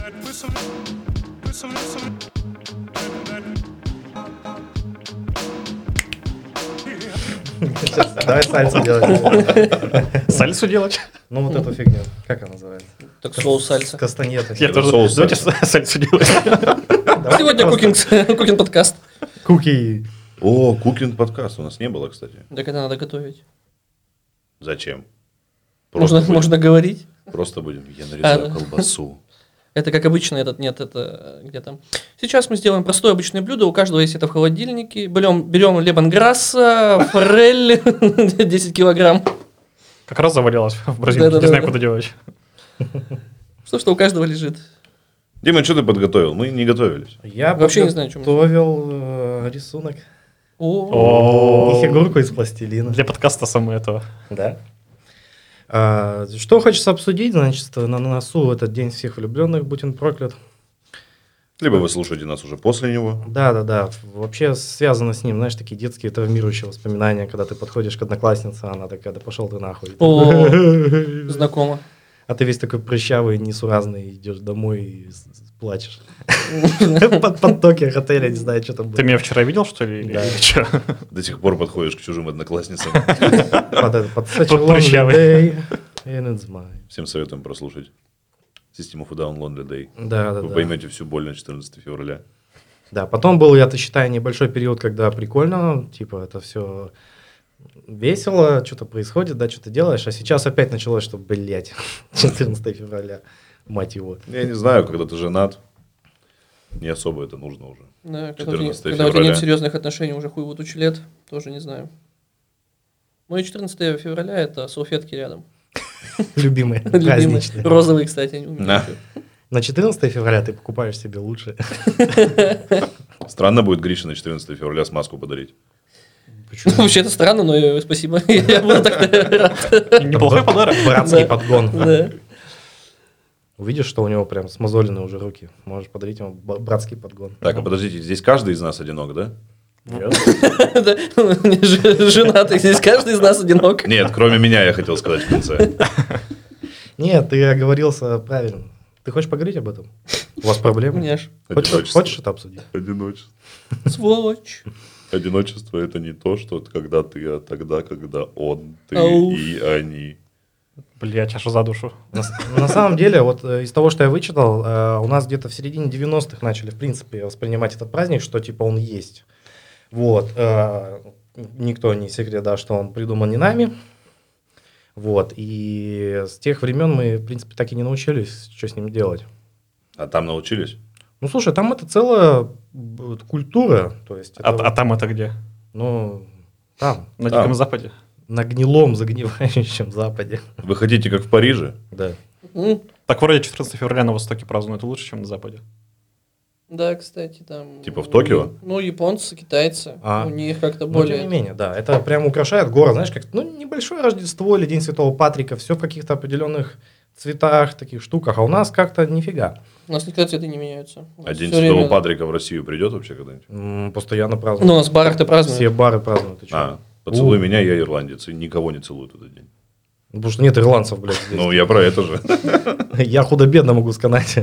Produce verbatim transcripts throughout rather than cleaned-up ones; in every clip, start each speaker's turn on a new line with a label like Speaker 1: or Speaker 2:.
Speaker 1: Сейчас, давай сальсу делать.
Speaker 2: Сальсу делать?
Speaker 1: Ну вот эту фигню. Как она называется?
Speaker 3: Так соус сальса.
Speaker 1: Кастаньеты.
Speaker 2: Я тоже.
Speaker 4: соус
Speaker 2: Давайте сальсу делать.
Speaker 3: Сегодня кукинг подкаст.
Speaker 1: Куки.
Speaker 4: О, кукинг подкаст у нас не было, кстати.
Speaker 3: Так это надо готовить.
Speaker 4: Зачем?
Speaker 3: Можно,
Speaker 4: будем,
Speaker 3: можно говорить.
Speaker 4: Просто будем. Я нарезаю
Speaker 3: А,
Speaker 4: колбасу.
Speaker 3: Это как обычно, этот нет, это где там. Сейчас мы сделаем простое обычное блюдо, у каждого есть это в холодильнике. Берем, берем лемонграсса, форель, десять килограмм.
Speaker 2: Как раз завалялась в Бразилии,
Speaker 3: Да-да-да.
Speaker 2: не знаю, куда девать.
Speaker 3: Что, что у каждого лежит.
Speaker 4: Дима, что ты подготовил? Мы не готовились.
Speaker 1: Я
Speaker 3: Вообще не знаю, о чем мы.
Speaker 1: готовил э, рисунок.
Speaker 3: О,
Speaker 1: И
Speaker 2: О,
Speaker 1: фигурку из пластилина.
Speaker 2: Для подкаста самое этого.
Speaker 1: Да. А, что хочется обсудить, значит, на носу этот день всех влюбленных, будь он проклят.
Speaker 4: Либо вы слушаете нас уже после него.
Speaker 1: Да, да, да. Вообще связано с ним, знаешь, такие детские травмирующие воспоминания, когда ты подходишь к однокласснице, а она такая, да пошел ты нахуй.
Speaker 3: О, знакомо.
Speaker 1: А ты весь такой прыщавый, несуразный, идешь домой и с- с- плачешь. Под потоки отеля, не знаю, что там
Speaker 2: Ты
Speaker 1: было.
Speaker 2: меня вчера видел, что ли? или
Speaker 1: Да.
Speaker 2: чё?
Speaker 4: До сих пор подходишь к чужим одноклассницам.
Speaker 1: Под это, под such a
Speaker 2: Под
Speaker 1: lonely
Speaker 2: прыщавый.
Speaker 1: day, and it's mine.
Speaker 4: Всем советуем прослушать System of a Down Lonely Day.
Speaker 1: Да, да,
Speaker 4: Вы
Speaker 1: да.
Speaker 4: поймете всю боль на четырнадцатое февраля.
Speaker 1: Да, потом был, я-то считаю, небольшой период, когда прикольно, типа, это все весело, что-то происходит, да, что-то делаешь, а сейчас опять началось, что, блядь, четырнадцатое февраля, мать его.
Speaker 4: Я не знаю, когда ты женат, не особо это нужно уже.
Speaker 3: Да, когда, у тебя,
Speaker 4: четырнадцатое
Speaker 3: когда у тебя
Speaker 4: февраля.
Speaker 3: нет серьезных отношений уже хуй вот тучу лет, тоже не знаю. Ну и четырнадцатое февраля это салфетки рядом.
Speaker 1: Любимые,
Speaker 3: Любимые.
Speaker 1: праздничные.
Speaker 3: Розовые, кстати, они у меня.
Speaker 4: Да.
Speaker 3: еще.
Speaker 1: На четырнадцатое февраля ты покупаешь себе лучше.
Speaker 4: Странно будет Грише на четырнадцатое февраля смазку подарить.
Speaker 3: Ну, вообще это странно, но э, спасибо. Я буду так рад.
Speaker 2: Неплохой подарок.
Speaker 1: Братский
Speaker 3: Да.
Speaker 1: подгон.
Speaker 3: Да.
Speaker 1: Увидишь, что у него прям смазоленные уже руки, можешь подарить ему б- братский подгон.
Speaker 4: Так, а подождите, здесь каждый из нас одинок, да?
Speaker 3: Да. Не ж- Женатый здесь каждый из нас одинок.
Speaker 4: Нет, кроме меня, я хотел сказать в конце.
Speaker 1: Нет, ты оговорился правильно. Ты хочешь поговорить об этом? У вас проблемы?
Speaker 3: Мне ж.
Speaker 1: Хочешь,
Speaker 4: Одиночество.
Speaker 1: хочешь это обсудить?
Speaker 4: Одиночество.
Speaker 3: Сволочь.
Speaker 4: Одиночество это не то, что когда ты, а тогда, когда он, ты
Speaker 3: Ау.
Speaker 4: и они.
Speaker 2: Блять, аж за душу.
Speaker 1: На, с- на самом деле, вот э, из того, что я вычитал, э, у нас где-то в середине девяностых начали, в принципе, воспринимать этот праздник, что типа он есть. Вот. э, никто не секрет, да, что он придуман не нами. Вот. И с тех времен мы, в принципе, так и не научились, что с ним делать.
Speaker 4: А там научились?
Speaker 1: Ну, слушай, там это целая б- культура, то есть...
Speaker 2: А,
Speaker 1: это,
Speaker 2: а там это где?
Speaker 1: ну, там,
Speaker 2: На
Speaker 4: Там.
Speaker 2: Диком Западе?
Speaker 1: на гнилом, загнивающем Западе.
Speaker 4: Вы хотите, как в Париже?
Speaker 1: Да.
Speaker 3: М,
Speaker 2: Так вроде четырнадцатое февраля на Востоке празднуют лучше, чем на Западе.
Speaker 3: Да, кстати, там...
Speaker 4: Типа в Токио?
Speaker 3: Ну, японцы, китайцы.
Speaker 1: А.
Speaker 3: У них как-то
Speaker 1: Но тем не
Speaker 3: более...
Speaker 1: менее, да, это прям украшает город, знаешь, как ну, небольшое Рождество или День Святого Патрика, все в каких-то определенных цветах, таких штуках, а у нас как-то нифига.
Speaker 3: У нас никогда цветы не меняются. У
Speaker 4: А
Speaker 3: нас
Speaker 4: День
Speaker 3: всё
Speaker 4: Святого
Speaker 3: время-
Speaker 4: Патрика в Россию придет вообще когда-нибудь?
Speaker 1: М, Постоянно
Speaker 3: Ну,
Speaker 1: празднуют.
Speaker 3: у нас в барах-то празднуют.
Speaker 1: Все бары празднуют. Ты чё?
Speaker 4: А, поцелуй
Speaker 1: У.
Speaker 4: меня, я ирландец, и никого не целуют в этот день.
Speaker 1: Потому что нет ирландцев, блядь, здесь.
Speaker 4: Ну, я про это же.
Speaker 1: Я худо-бедно могу сканать.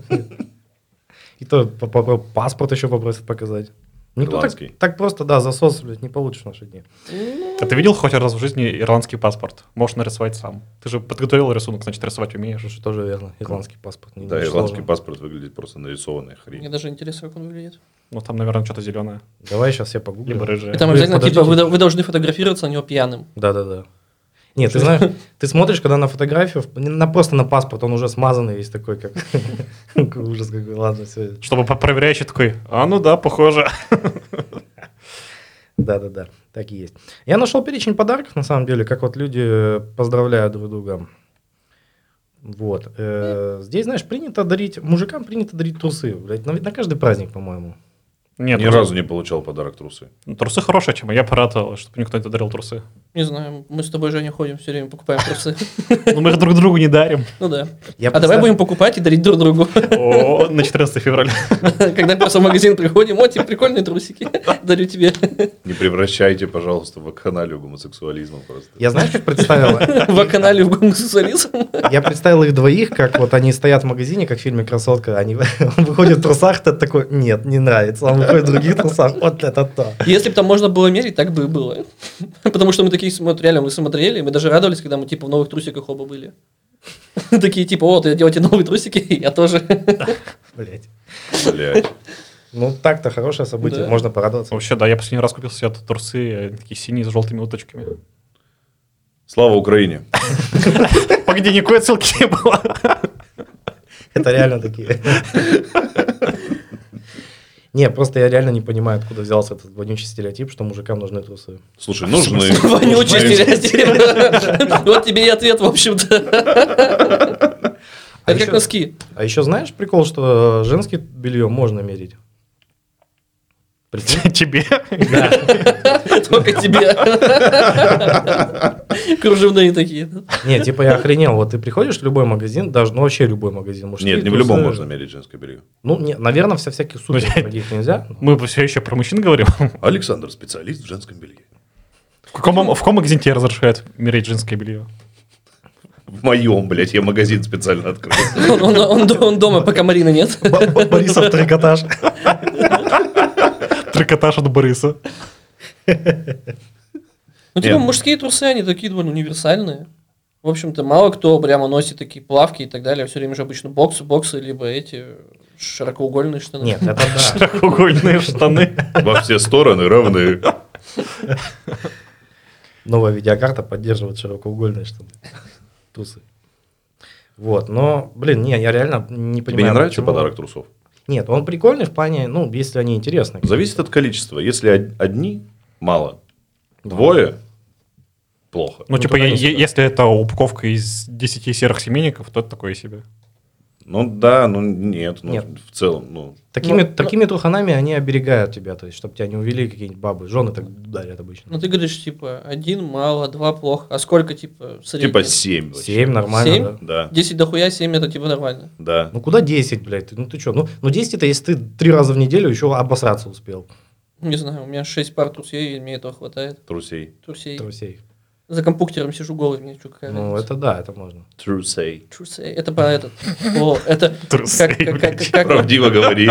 Speaker 1: И то по- по- паспорт еще попросят показать. Никто так,
Speaker 4: Ирландский.
Speaker 1: так просто, да, засос, блядь, не получишь в наши дни.
Speaker 2: А ты видел хоть раз в жизни ирландский паспорт? Можешь нарисовать сам. Ты же подготовил рисунок, значит, рисовать умеешь.
Speaker 1: Что тоже верно. Ирландский паспорт. не-
Speaker 4: Да,
Speaker 1: не
Speaker 4: ирландский
Speaker 1: сложно.
Speaker 4: паспорт выглядит просто нарисованной
Speaker 3: Мне
Speaker 4: хрень.
Speaker 3: даже интересно, как он выглядит.
Speaker 2: Ну, там, наверное, что-то зеленое.
Speaker 1: Давай сейчас я погуглю.
Speaker 2: Либо рыжее.
Speaker 3: И там
Speaker 1: Вы
Speaker 3: обязательно, типа,
Speaker 1: подождите.
Speaker 3: вы, до- вы должны фотографироваться на него пьяным.
Speaker 1: Да-да-да. Нет, ты знаешь, ты смотришь, когда на фотографию, не на, просто на паспорт, он уже смазанный весь такой, как ужас какой, ладно, все.
Speaker 2: Чтобы по- проверяющий такой, а ну да, похоже.
Speaker 1: Да-да-да, так и есть. Я нашел перечень подарков, на самом деле, как вот люди поздравляют друг друга. Вот. Э, Здесь, знаешь, принято дарить, мужикам принято дарить трусы, блядь, на, на каждый праздник, по-моему.
Speaker 2: Нет,
Speaker 4: Ни
Speaker 2: ну,
Speaker 4: разу не получал подарок трусы.
Speaker 2: Трусы хорошая тема. Я порадовал, чтобы никто не дарил трусы.
Speaker 3: Не знаю, мы с тобой, Женя, ходим все время, покупаем трусы.
Speaker 2: Но мы их друг другу не дарим.
Speaker 3: Ну да.
Speaker 1: Я
Speaker 3: А давай
Speaker 1: представляю-
Speaker 3: будем покупать и дарить друг другу.
Speaker 2: О, на четырнадцатое февраля.
Speaker 3: Когда просто в магазин приходим, вот тебе прикольные трусики, дарю тебе.
Speaker 4: Не превращайте, пожалуйста, вакханалию гомосексуализма просто.
Speaker 1: Я знаешь, как представил?
Speaker 3: В канале в гомосексуализм.
Speaker 1: Я представил их двоих, как вот они стоят в магазине, как в фильме «Красотка», они он выходит в трусах, тот такой, нет, не нравится, он выходит в других трусах, вот это то.
Speaker 3: Если бы там можно было мерить, так бы и было. Потому что мы такие смотрели, мы смотрели, мы даже радовались, когда мы типа в новых трусиках оба были. Такие типа, вот, я делаете новые трусики, я тоже.
Speaker 1: Блять.
Speaker 4: Блядь.
Speaker 1: Ну, так-то хорошее событие,
Speaker 3: Да.
Speaker 1: можно порадоваться.
Speaker 2: Вообще, да, я последний раз купил себе трусы, э, такие синие с желтыми уточками.
Speaker 4: Слава Украине.
Speaker 2: Погоди, никакой отсылки не было.
Speaker 1: Это реально такие. Не, просто я реально не понимаю, откуда взялся этот вонючий стереотип, что мужикам нужны трусы.
Speaker 4: Слушай, нужны...
Speaker 3: Вонючий
Speaker 4: нужны-
Speaker 3: стереотип. Вот тебе и ответ, в общем-то.
Speaker 1: А
Speaker 3: Это как
Speaker 1: еще-
Speaker 3: носки.
Speaker 1: А еще знаешь прикол, что женское белье можно мерить? Прикинь?
Speaker 2: Тебе?
Speaker 3: Только тебе. Кружевные такие.
Speaker 1: Не, типа я охренел. Вот ты приходишь в любой магазин, даже, ну вообще любой магазин. мужские
Speaker 4: Нет, не в
Speaker 1: трусы.
Speaker 4: любом можно мерить женское белье.
Speaker 1: Ну, не, наверное, вся всяких супер дорогих нельзя.
Speaker 2: Мы все еще про мужчин говорим.
Speaker 4: Александр, специалист в женском белье.
Speaker 2: В каком, в каком магазине тебе разрешают мерить женское белье?
Speaker 4: В моем, блядь, я магазин специально открыл.
Speaker 3: Он, он- он- он дома, пока Марины нет.
Speaker 1: Б- Б- Борисов трикотаж.
Speaker 2: Трикотаж от Бориса.
Speaker 3: Ну, типа,
Speaker 4: Нет.
Speaker 3: мужские трусы, они такие довольно универсальные. В общем-то, мало кто прямо носит такие плавки и так далее. Все время же обычно боксы, боксы, либо эти широкоугольные штаны.
Speaker 1: Нет, это да.
Speaker 2: Широкоугольные штаны.
Speaker 4: Во все стороны равны.
Speaker 1: Новая видеокарта поддерживает широкоугольные штаны. Тусы. Вот, но, блин, не, я реально не понимаю.
Speaker 4: Тебе не нравится
Speaker 1: почему-
Speaker 4: подарок трусов?
Speaker 1: Нет, он прикольный в плане, ну, если они интересные.
Speaker 4: Зависит от количества. Если од- одни, мало. Двое, плохо.
Speaker 2: Ну,
Speaker 1: Ну,
Speaker 2: типа,
Speaker 1: тогда
Speaker 2: е-
Speaker 1: не
Speaker 2: е-
Speaker 1: супер.
Speaker 2: если это упаковка из десяти серых семейников, то это такое себе.
Speaker 4: Ну да, ну нет, ну
Speaker 1: Нет.
Speaker 4: в целом, ну...
Speaker 1: Такими,
Speaker 3: Ну,
Speaker 1: такими труханами они оберегают тебя, то есть, чтобы тебя не увели какие-нибудь бабы. Жены так дарят обычно.
Speaker 3: Ну, ты говоришь, типа, один мало, два плохо. А сколько, типа, средний?
Speaker 4: Типа семь. вообще.
Speaker 1: Семь нормально,
Speaker 3: Семь?
Speaker 1: да.
Speaker 4: Да,
Speaker 3: десять дохуя, семь это, типа, нормально.
Speaker 4: да.
Speaker 1: Ну, куда десять, блядь? Ты- Ну, ты что? Ну, ну, десять это если ты три раза в неделю еще обосраться успел.
Speaker 3: Не знаю, у меня шесть пар трусей, и мне этого хватает.
Speaker 4: Трусей.
Speaker 3: Трусей.
Speaker 1: Трусей.
Speaker 3: За компьютером сижу голый, мне что, какая
Speaker 1: Ну,
Speaker 3: разница?
Speaker 1: это да, это можно.
Speaker 4: Трусей.
Speaker 3: Трусей. Это про этот. О, это...
Speaker 2: Трусей,
Speaker 3: как- как-
Speaker 2: блядь.
Speaker 3: как- как-
Speaker 4: Правдиво говори.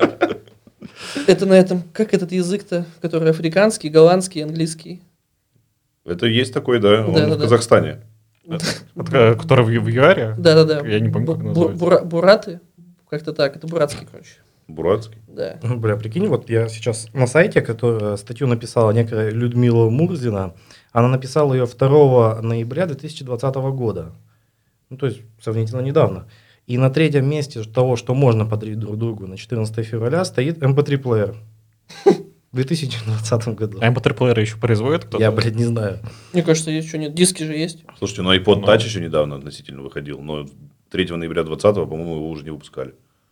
Speaker 3: Это на этом... Как этот язык-то, который африканский, голландский, английский?
Speaker 4: Это есть такой, да, он
Speaker 3: Да, да,
Speaker 4: в
Speaker 3: да.
Speaker 4: Казахстане.
Speaker 2: Вот, э, Который в, в ЮАРе?
Speaker 3: Да-да-да.
Speaker 2: Я не помню, как
Speaker 3: Бу-
Speaker 2: называется.
Speaker 3: бура- Бураты? Как-то так, это буратский, короче.
Speaker 4: Буратский.
Speaker 3: Да.
Speaker 1: Ну, бля, прикинь, вот я сейчас на сайте, которая статью написала некая Людмила Мурзина, она написала ее второго ноября две тысячи двадцатого года. Ну, то есть, сравнительно недавно. И на третьем месте того, что можно подарить друг другу на четырнадцатое февраля, стоит эм пэ три плеер. В две тысячи двадцатом году.
Speaker 2: А эм пэ три плееры еще производят кто-то?
Speaker 1: Я, блядь, не знаю.
Speaker 3: Мне кажется, есть что нет. Диски же есть.
Speaker 4: Слушайте, ну iPod
Speaker 2: Ну.
Speaker 4: Touch еще недавно относительно выходил, но третьего ноября двадцатого, по-моему, его уже не выпускали.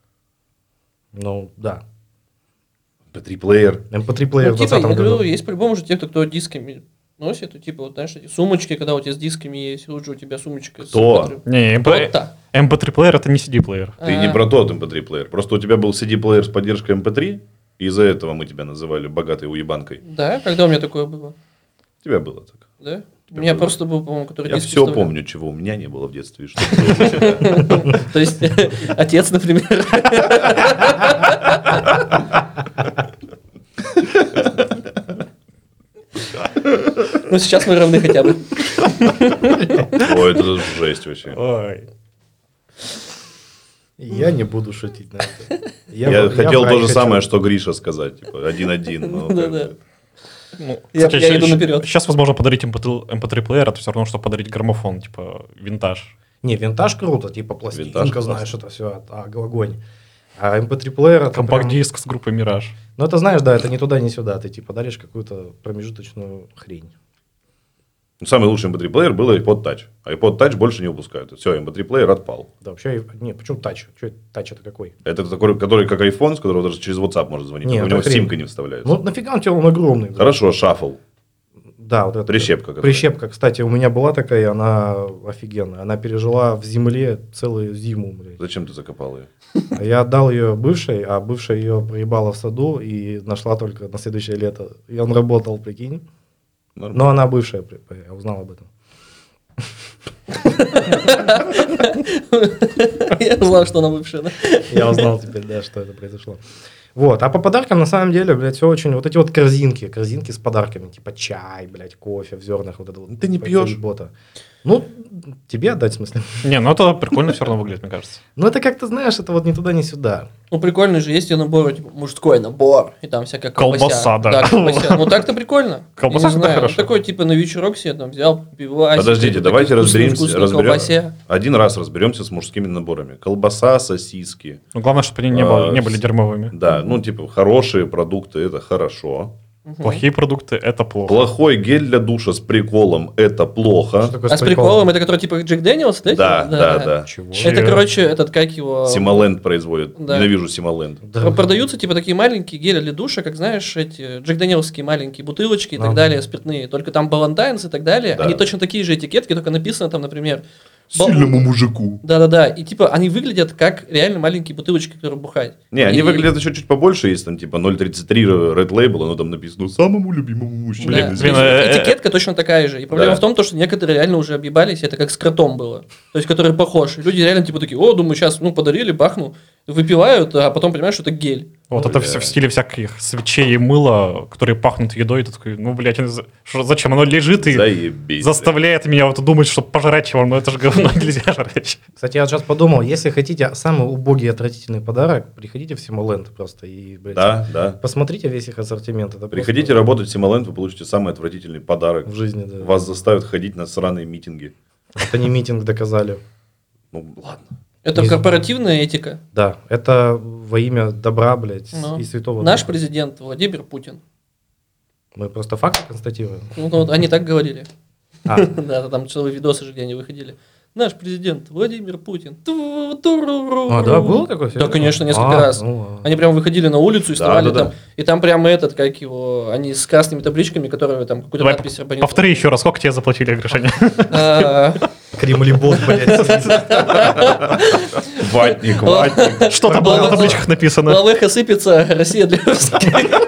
Speaker 1: Ну, да.
Speaker 4: эм пэ три плеер.
Speaker 1: эм пэ три плеер
Speaker 3: Ну,
Speaker 1: в
Speaker 3: типа,
Speaker 1: двадцатом
Speaker 3: я говорю,
Speaker 1: году.
Speaker 3: есть по-любому же те, кто, кто дисками носит, и, типа, вот, знаешь, эти сумочки, когда у тебя с дисками есть, лучше у тебя сумочка с
Speaker 4: Кто?
Speaker 3: эм пэ три.
Speaker 2: Не,
Speaker 3: Вот
Speaker 2: MP,
Speaker 3: та.
Speaker 2: эм пэ три плеер это не си ди плеер.
Speaker 4: Ты
Speaker 3: А.
Speaker 4: не про тот эм пэ три плеер. Просто у тебя был си ди плеер с поддержкой эм пэ три, и из-за этого мы тебя называли богатой уебанкой.
Speaker 3: Да, когда у меня такое было?
Speaker 4: У тебя было так.
Speaker 3: Да? У меня
Speaker 4: было.
Speaker 3: просто был, по-моему, который
Speaker 4: Я
Speaker 3: диски
Speaker 4: все
Speaker 3: вставлял.
Speaker 4: помню, чего у меня не было в детстве. и что было.
Speaker 3: То есть, отец, например. Ну, сейчас мы равны хотя бы.
Speaker 4: Ой, это жесть вообще.
Speaker 2: Ой.
Speaker 1: Я не буду шутить на это.
Speaker 4: Я
Speaker 1: в-
Speaker 4: хотел
Speaker 1: в рай
Speaker 4: то же
Speaker 1: хочу.
Speaker 4: самое, что Гриша сказать. Типа, один-один. но как
Speaker 3: Да-да.
Speaker 4: бы.
Speaker 2: Ну,
Speaker 3: Я-
Speaker 2: кстати,
Speaker 3: я
Speaker 2: ща-
Speaker 3: иду
Speaker 2: ща-
Speaker 3: наперед.
Speaker 2: Сейчас, возможно, подарить эм пэ три плеер, это все равно, что подарить граммофон, типа винтаж.
Speaker 1: Не, винтаж круто, типа
Speaker 4: Винтаж
Speaker 1: пластинка,
Speaker 4: классно.
Speaker 1: знаешь, это все, огонь. А эм пэ три плеер это прям-
Speaker 2: Компакт-диск с группой Мираж.
Speaker 1: Ну, это знаешь, да, это ни туда, ни сюда. Ты типа даришь какую-то промежуточную хрень.
Speaker 4: Самый лучший эм пэ три плеер был iPod Touch. А iPod Touch больше не выпускают. Все, эм пэ три плеер отпал.
Speaker 1: Да, вообще, не, почему тач? Что это, тач это какой?
Speaker 4: Это такой, который как iPhone, с которого даже через WhatsApp может звонить.
Speaker 1: Не,
Speaker 4: у него
Speaker 1: хрень.
Speaker 4: симка не вставляется.
Speaker 1: Ну, нафига он тебе, он огромный.
Speaker 4: Хорошо, шаффл.
Speaker 1: Да, вот это.
Speaker 4: Прищепка. Которая.
Speaker 1: Прищепка, кстати, у меня была такая, она офигенная. Она пережила в земле целую зиму, блядь.
Speaker 4: Зачем ты закопал ее?
Speaker 1: Я отдал ее бывшей, а бывшая ее проебала в саду и нашла только на следующее лето. И он работал, прикинь.
Speaker 4: Нормально.
Speaker 1: Но она бывшая, я узнал об этом.
Speaker 3: Я узнал, что она бывшая, да?
Speaker 1: Я узнал теперь, да, что это произошло. Вот, а по подаркам, на самом деле, блядь, все очень... Вот эти вот корзинки, корзинки с подарками, типа чай, блядь, кофе в зернах, вот это вот.
Speaker 4: Ты не пьешь?
Speaker 1: Бота. Ну, тебе отдать, в смысле.
Speaker 2: Не, ну это прикольно все равно выглядит, мне кажется.
Speaker 1: Ну, это как-то, знаешь, это вот ни туда, ни сюда.
Speaker 3: Ну, прикольно же, есть и набор, типа, мужской набор, и там всякая колбася.
Speaker 2: Колбаса, да.
Speaker 3: Да, колбася. Ну, так-то прикольно.
Speaker 2: Колбаса
Speaker 3: Я не
Speaker 2: всегда
Speaker 3: знаю,
Speaker 2: хорошо.
Speaker 3: такой, типа, на вечерок себе там взял, пивасик.
Speaker 4: Подождите,
Speaker 3: такой
Speaker 4: давайте
Speaker 3: вкусный,
Speaker 4: разберемся.
Speaker 3: вкусный
Speaker 4: разберем-
Speaker 3: колбасе.
Speaker 4: Один раз разберемся с мужскими наборами. Колбаса, сосиски.
Speaker 2: Ну, главное, чтобы они не, было- не были дерьмовыми.
Speaker 4: Да, ну, типа, хорошие продукты – это хорошо.
Speaker 2: Плохие продукты – это плохо.
Speaker 4: Плохой гель для душа с приколом – это плохо.
Speaker 1: Что такое
Speaker 3: А с приколом, это который, типа, Джек Дэниелс, да?
Speaker 4: Да, да, да.
Speaker 1: Чего?
Speaker 3: Это, короче, этот, как его...
Speaker 4: Симоленд производит.
Speaker 3: Да.
Speaker 4: Ненавижу Симоленд.
Speaker 1: Да.
Speaker 3: Продаются, типа, такие маленькие гели для душа, как, знаешь, эти Джек Дэниелские маленькие бутылочки и
Speaker 1: Ага.
Speaker 3: так далее, спиртные. Только там Балантайнс и так далее.
Speaker 4: Да.
Speaker 3: Они точно такие же этикетки, только написано там, например... Бал-
Speaker 4: Сильному мужику.
Speaker 3: Да-да-да. И, типа, они выглядят как реально маленькие бутылочки, которые бухать.
Speaker 4: Не, они
Speaker 3: И-
Speaker 4: выглядят еще чуть побольше, есть там типа ноль тридцать три Red Label, оно там написано самому любимому мужчине.
Speaker 3: Да.
Speaker 2: Блин, блин,
Speaker 3: И-
Speaker 2: э, э,
Speaker 3: Этикетка точно такая же. И проблема
Speaker 4: Да.
Speaker 3: в том, то, что некоторые реально уже объебались, это как с кротом было. То есть, который похож. Люди реально типа такие, о, думаю, сейчас, ну, подарили, бахну. Выпивают, а потом понимаешь, что это гель.
Speaker 2: Вот
Speaker 4: Ой,
Speaker 2: это
Speaker 4: бля.
Speaker 2: все в стиле всяких свечей и мыла, которые пахнут едой. И ты такой, ну, блядь, за- что- зачем оно лежит и
Speaker 4: Заебись.
Speaker 2: заставляет меня вот думать, что пожрать его, но это же говно нельзя жрать.
Speaker 1: Кстати, я сейчас подумал, если хотите самый убогий отвратительный подарок, приходите в Симоленд просто и, блядь,
Speaker 4: Да, да.
Speaker 1: посмотрите весь их ассортимент. Это
Speaker 4: Приходите
Speaker 1: просто
Speaker 4: работать в Симоленд, вы получите самый отвратительный подарок.
Speaker 1: в жизни, да.
Speaker 4: Вас заставят ходить на сраные митинги.
Speaker 1: Это не митинг доказали.
Speaker 4: Ну, ладно.
Speaker 3: Это
Speaker 1: Не
Speaker 3: корпоративная этика.
Speaker 1: Да, это во имя добра, блядь,
Speaker 3: Ну,
Speaker 1: и святого.
Speaker 3: Наш
Speaker 1: духа.
Speaker 3: президент Владимир Путин.
Speaker 1: Мы просто факты констатируем.
Speaker 3: Ну, вот они так говорили.
Speaker 1: А.
Speaker 3: Да, там целые видосы же, где они выходили. Наш президент Владимир Путин.
Speaker 1: А,
Speaker 3: А,
Speaker 1: да, было такое?
Speaker 3: Да,
Speaker 1: серьезно?
Speaker 3: конечно, несколько
Speaker 1: А,
Speaker 3: раз.
Speaker 1: ну, а.
Speaker 3: Они прям выходили на улицу и
Speaker 4: Да,
Speaker 3: вставали
Speaker 4: да, да.
Speaker 3: там. И там прямо этот, как его, они с красными табличками, которые там какую-то
Speaker 2: Давай
Speaker 3: надпись абонент-
Speaker 2: повтори еще раз, сколько тебе заплатили, Гришаня?
Speaker 3: А,
Speaker 1: Кремлебот, блядь.
Speaker 4: Ватник, ватник.
Speaker 2: Что там было на табличках написано?
Speaker 3: Лавеха сыпется, Россия для русских.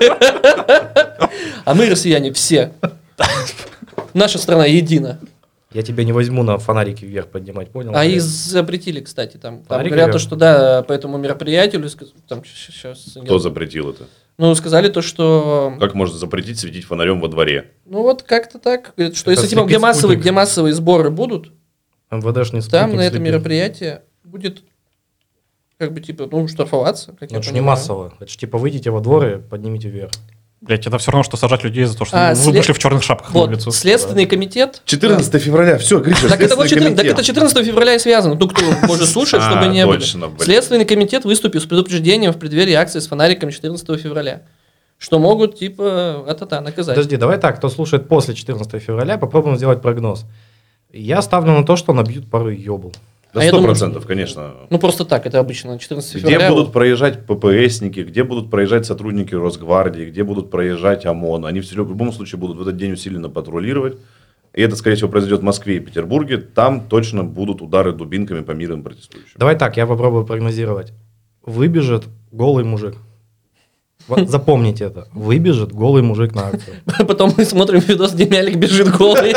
Speaker 3: А мы, россияне, все. Наша страна едина.
Speaker 1: Я тебя не возьму на фонарики вверх поднимать, понял?
Speaker 3: А
Speaker 1: блядь?
Speaker 3: их запретили, кстати, там. Там
Speaker 1: Фонарики
Speaker 3: говорят, то,
Speaker 1: вверх?
Speaker 3: что да, по этому мероприятию, сказ- там сейчас...
Speaker 4: Кто запретил это?
Speaker 3: Ну, сказали то, что...
Speaker 4: Как можно запретить светить фонарем во дворе?
Speaker 3: Ну, вот как-то так. Говорят, что
Speaker 1: Это
Speaker 3: если, типа, где
Speaker 1: слепить
Speaker 3: массовые,
Speaker 1: спутник.
Speaker 3: где массовые сборы будут,
Speaker 1: МВДшный
Speaker 3: там
Speaker 1: спутник
Speaker 3: на это
Speaker 1: слепит.
Speaker 3: мероприятие будет, как бы, типа, ну, штрафоваться, как
Speaker 1: Ну,
Speaker 3: я
Speaker 1: это же не
Speaker 3: понимаю.
Speaker 1: массово. Это же типа выйдите во двор и поднимите вверх.
Speaker 2: Блять, это все равно, что сажать людей за то, что
Speaker 3: А,
Speaker 2: вы
Speaker 3: след-
Speaker 2: вышли в черных шапках на
Speaker 3: Вот,
Speaker 2: улицу.
Speaker 3: Следственный комитет...
Speaker 4: четырнадцатого февраля, все, Гриша,
Speaker 3: Так это, вот
Speaker 4: Следственный
Speaker 3: четырнадцатого, так
Speaker 4: комитет.
Speaker 3: это четырнадцатого февраля и связано. Ну, кто может слушать, чтобы
Speaker 4: А,
Speaker 3: не было.
Speaker 4: точно, блин.
Speaker 3: Следственный комитет выступил с предупреждением в преддверии акции с фонариком четырнадцатого февраля. Что могут, типа, а-та-та, наказать.
Speaker 1: Подожди, давай так, кто слушает после четырнадцатого февраля, попробуем сделать прогноз. Я ставлю на то, что набьют пару ебл.
Speaker 4: Да
Speaker 3: А я
Speaker 4: сто
Speaker 3: думаю,
Speaker 4: процентов, конечно.
Speaker 3: Ну, просто так, это обычно четырнадцатого
Speaker 4: Где
Speaker 3: февраля.
Speaker 4: будут проезжать ППСники, где будут проезжать сотрудники Росгвардии, где будут проезжать ОМОН. Они все, в любом случае будут в этот день усиленно патрулировать. И это, скорее всего, произойдет в Москве и Петербурге. Там точно будут удары дубинками по мирным протестующим.
Speaker 1: Давай так, я попробую прогнозировать. Выбежит голый мужик. Вот запомните это. Выбежит голый мужик на акцию.
Speaker 3: Потом мы смотрим видос, где Мялик бежит голый.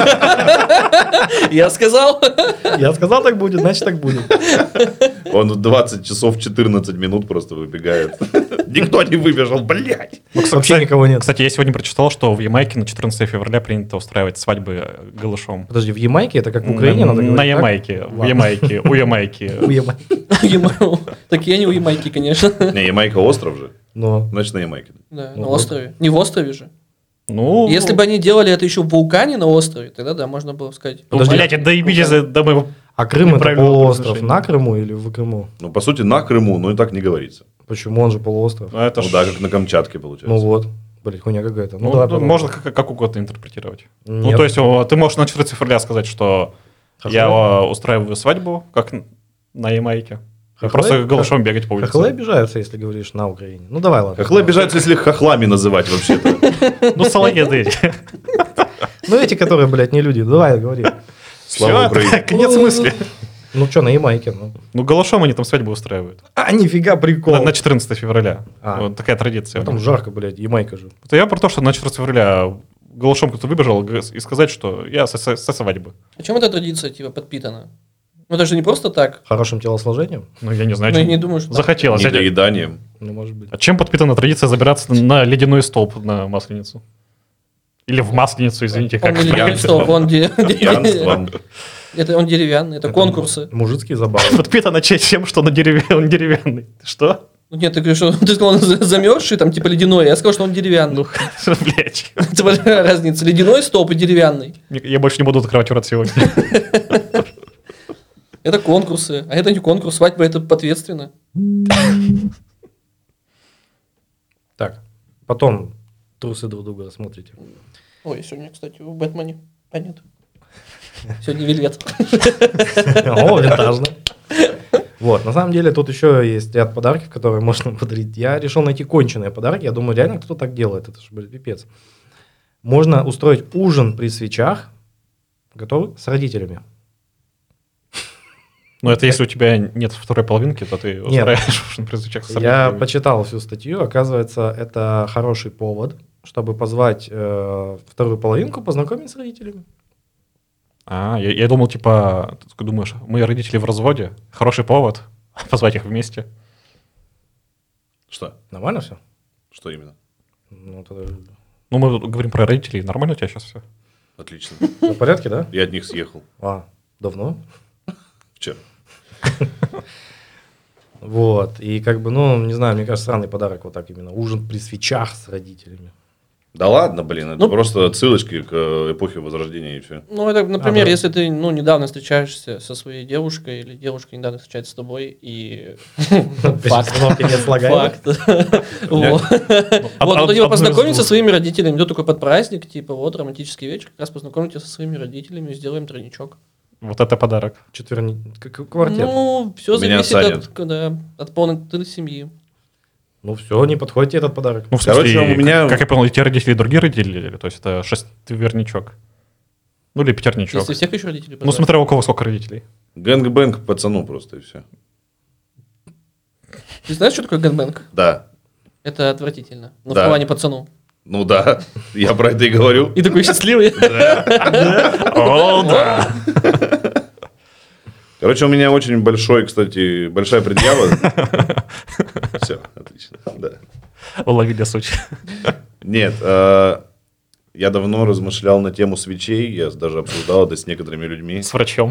Speaker 3: Я сказал.
Speaker 1: Я сказал, так будет, значит так будет.
Speaker 4: Он в двадцать часов четырнадцать минут просто выбегает. Никто не выбежал, блядь.
Speaker 2: Ну, кстати,
Speaker 1: Вообще никого нет.
Speaker 2: Кстати, я сегодня прочитал, что в Ямайке на четырнадцатого февраля принято устраивать свадьбы голышом.
Speaker 1: Подожди, в Ямайке это как в Украине надо говорить?
Speaker 2: На
Speaker 1: так?
Speaker 2: Ямайке, в
Speaker 1: Ладно.
Speaker 2: Ямайке, у Ямайки.
Speaker 1: У Ямайки.
Speaker 3: Ямайку. Такие они у Ямайки, конечно.
Speaker 4: Не, Ямайка остров же.
Speaker 1: Но
Speaker 4: Значит, на Ямайке.
Speaker 3: Да,
Speaker 1: Ну
Speaker 3: на
Speaker 1: вот.
Speaker 3: острове. Не в острове же.
Speaker 2: Ну,
Speaker 3: Если бы они делали это еще в вулкане на острове, тогда да, можно было сказать.
Speaker 2: ну, блядь, доебитесь до моего...
Speaker 1: А Крым это
Speaker 2: Неправильного
Speaker 1: полуостров
Speaker 2: произношения.
Speaker 1: на Крыму или в Крыму?
Speaker 4: Ну, по сути, на Крыму, но и так не говорится.
Speaker 1: Почему он же полуостров?
Speaker 2: Ну, это
Speaker 4: Ну
Speaker 2: ж-
Speaker 4: да, как на Камчатке,
Speaker 1: Ну
Speaker 4: получается.
Speaker 1: вот. Блять, хуйня какая-то. Ну,
Speaker 2: Ну,
Speaker 1: давай
Speaker 2: ну,
Speaker 1: попробуем.
Speaker 2: можно как, как угодно интерпретировать. Ну,
Speaker 1: Нет.
Speaker 2: то есть о, ты можешь на четырнадцатого февраля сказать, что
Speaker 1: Хохлы?
Speaker 2: я о, устраиваю свадьбу, как н- на Ямайке. И
Speaker 1: Хохлы?
Speaker 2: просто голышом бегать по улице.
Speaker 1: Хохлы обижаются, если говоришь на Украине. Ну, давай, ладно.
Speaker 4: Хохлы обижаются, если их хохлами называть вообще-то.
Speaker 2: Ну, салаеды.
Speaker 1: Ну, эти, которые, блядь, не люди. Давай, говори.
Speaker 4: Слава
Speaker 2: Всё,
Speaker 4: Украине.
Speaker 2: конец мысли.
Speaker 1: Ну, что, на Ямайке? Ну,
Speaker 2: Ну, голышом они там свадьбу устраивают.
Speaker 1: а, нифига, прикол.
Speaker 2: На, на четырнадцатого февраля.
Speaker 1: А.
Speaker 2: Вот такая традиция.
Speaker 1: Там жарко, блядь, Ямайка же.
Speaker 2: Это я про то, что на четырнадцатого февраля голышом кто-то выбежал г- и сказать, что я со, со- со свадьбы.
Speaker 3: А чем эта традиция типа подпитана? Ну это же не просто так.
Speaker 1: Хорошим телосложением?
Speaker 2: Ну, я не знаю,
Speaker 3: Ну, я
Speaker 2: чем
Speaker 3: не думаю, что так.
Speaker 2: захотелось. Я-
Speaker 4: Недоеданием.
Speaker 1: Ну, может быть.
Speaker 2: А чем подпитана традиция забираться на ледяной столб на Масленицу? Или в Масленицу, извините,
Speaker 3: Он
Speaker 2: как
Speaker 3: не ледяной
Speaker 4: пьянством.
Speaker 3: столб, он де-
Speaker 4: Пьянством.
Speaker 3: Это он деревянный, это конкурсы.
Speaker 1: Мужицкие забавы.
Speaker 2: подпитана тем, что он деревя- он деревянный. Ты что?
Speaker 3: Ну нет, ты говоришь, что ты сказал, он за- замерзший, там типа ледяной, я сказал, что он деревянный.
Speaker 2: Ну, блядь.
Speaker 3: Это большая разница. Ледяной столб и деревянный.
Speaker 2: Я больше не буду открывать рот сегодня.
Speaker 3: Это конкурсы, а это не конкурс, свадьба это ответственно.
Speaker 1: Так, потом трусы друг друга смотрите.
Speaker 3: Ой, сегодня, кстати, в Бэтмене. А нет. Сегодня вельвет.
Speaker 1: О, винтажно. Вот, на самом деле тут еще есть ряд подарков, которые можно подарить. Я решил найти конченые подарки. Я думаю, реально кто так делает. Это же, блин, пипец. Можно устроить ужин при свечах, готовы, с родителями.
Speaker 2: Но это если у тебя нет второй половинки, то ты устраиваешь ужин при свечах с
Speaker 1: Я
Speaker 2: родителями.
Speaker 1: почитал всю статью. Оказывается, это хороший повод, чтобы позвать э, вторую половинку, познакомить с родителями.
Speaker 2: А, я, я думал, типа, ты такой думаешь, мои родители в разводе, хороший повод позвать их вместе.
Speaker 4: Что?
Speaker 1: Нормально все?
Speaker 4: Что именно?
Speaker 1: Ну, тогда
Speaker 2: Ну, мы говорим про родителей, нормально у тебя сейчас все?
Speaker 4: Отлично.
Speaker 1: в порядке, да?
Speaker 4: Я от них съехал.
Speaker 1: А, давно?
Speaker 4: Вчера.
Speaker 1: Вот. И как бы, ну, не знаю, мне кажется, странный подарок вот так именно. Ужин при свечах с родителями.
Speaker 4: Да ладно, блин, это
Speaker 3: Ну,
Speaker 4: просто отсылочки к э, эпохе Возрождения и все.
Speaker 3: Ну, это, например,
Speaker 1: А, да.
Speaker 3: если ты ну, недавно встречаешься со своей девушкой, или девушка недавно встречается с тобой, и... Факт.
Speaker 1: Установки не слагаемых.
Speaker 3: Факт. Вот.
Speaker 2: Од-
Speaker 3: Вот,
Speaker 2: од-
Speaker 3: ну, типа,
Speaker 2: одно из
Speaker 3: познакомиться со
Speaker 2: двух.
Speaker 3: своими родителями, идет такой под праздник, типа, вот, романтический вечер, как раз познакомьтесь со своими родителями, сделаем тройничок.
Speaker 2: Вот это подарок.
Speaker 1: Четверни... к- к- Квартет.
Speaker 3: Ну, все
Speaker 4: Меня
Speaker 3: зависит от,
Speaker 4: осадят.
Speaker 3: когда, от полноты семьи.
Speaker 1: Ну все, не подходит этот подарок.
Speaker 2: Ну, в
Speaker 4: Короче,
Speaker 2: смысле,
Speaker 4: у меня-
Speaker 2: как, как я понял, эти родители и другие родители, то есть это шестверничок. Ну, или пятерничок.
Speaker 3: Если всех еще родителей
Speaker 2: Ну,
Speaker 3: позвать.
Speaker 2: смотря у кого сколько родителей.
Speaker 4: Гэнг-бэнг пацану просто и все.
Speaker 3: Ты знаешь, что такое гэнбэнг?
Speaker 4: Да.
Speaker 3: Это отвратительно. Но
Speaker 4: Да.
Speaker 3: в плане пацану.
Speaker 4: Ну да, я про это и говорю.
Speaker 3: И такой счастливый.
Speaker 2: О, да.
Speaker 4: Короче, у меня очень большой, кстати, большая предъява. Все, отлично. Да.
Speaker 2: Уловили суть.
Speaker 4: Нет, э, я давно размышлял на тему свечей, я даже обсуждал это с некоторыми людьми.
Speaker 2: С врачом.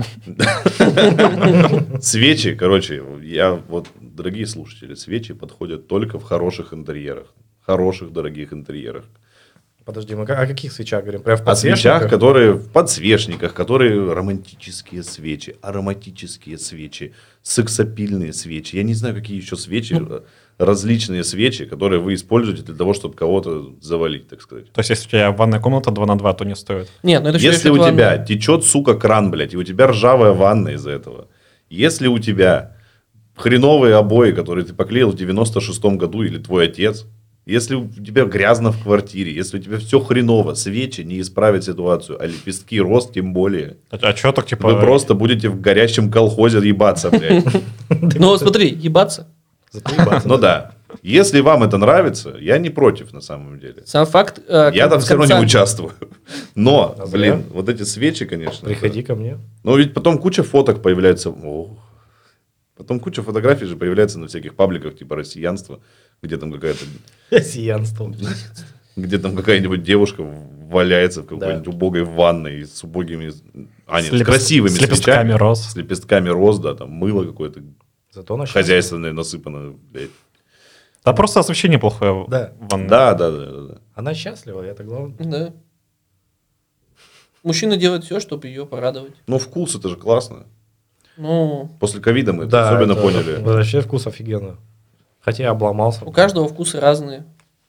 Speaker 4: Свечи, короче, я вот, дорогие слушатели, свечи подходят только в хороших интерьерах. Хороших, дорогих интерьерах.
Speaker 1: Подожди, мы о каких свечах говорим? Прям в
Speaker 4: О свечах,
Speaker 1: подсвечниках?
Speaker 4: которые в подсвечниках, которые романтические свечи, ароматические свечи, сексапильные свечи. Я не знаю, какие еще свечи, различные свечи, которые вы используете для того, чтобы кого-то завалить, так сказать.
Speaker 2: То есть, если у тебя ванная комната два на два, то не стоит.
Speaker 3: Нет, ну это еще
Speaker 4: Если
Speaker 3: эффект
Speaker 4: у тебя
Speaker 3: ванны.
Speaker 4: течет, сука, кран, блядь, и у тебя ржавая ванна из-за этого. Если у тебя хреновые обои, которые ты поклеил в девяносто шестом году, или твой отец, если у тебя грязно в квартире, если у тебя все хреново, свечи не исправят ситуацию, а лепестки роз тем более.
Speaker 2: А, а что так, типа...
Speaker 4: Вы просто будете в горящем колхозе ебаться, блядь.
Speaker 3: Ну вот смотри, ебаться.
Speaker 1: Зато ебаться.
Speaker 4: Ну да. Если вам это нравится, я не против на самом деле.
Speaker 3: Сам факт... э,
Speaker 4: Я там
Speaker 3: с
Speaker 4: все равно
Speaker 3: конца-
Speaker 4: не участвую. Но,
Speaker 1: А зря.
Speaker 4: блин, вот эти свечи, конечно.
Speaker 1: Приходи ко мне.
Speaker 4: Ну, ведь потом куча фоток появляется. О. Потом куча фотографий же появляется на всяких пабликах, типа россиянство, где там какая-то,
Speaker 1: Сиянство.
Speaker 4: где там какая-нибудь девушка валяется в какой-нибудь
Speaker 1: Да.
Speaker 4: убогой ванной с убогими, а нет,
Speaker 2: С
Speaker 4: с
Speaker 2: лепест-
Speaker 4: красивыми
Speaker 2: с лепестками
Speaker 4: свечами,
Speaker 2: роз.
Speaker 4: с лепестками роз, да, там мыло какое-то
Speaker 1: Зато она счастлива.
Speaker 4: хозяйственное насыпано, блядь.
Speaker 2: Да просто освещение плохое.
Speaker 1: Да.
Speaker 2: в ванной.
Speaker 4: Да, да, да, да, да.
Speaker 1: Она счастлива, это главное.
Speaker 3: Да. Мужчина делает все, чтобы ее порадовать.
Speaker 4: Ну, вкус, это же классно.
Speaker 3: Ну,
Speaker 4: После ковида мы это
Speaker 1: Да,
Speaker 4: особенно
Speaker 1: это
Speaker 4: поняли.
Speaker 1: Вообще вкус офигенно. Хотя я обломался.
Speaker 3: у каждого вкусы разные.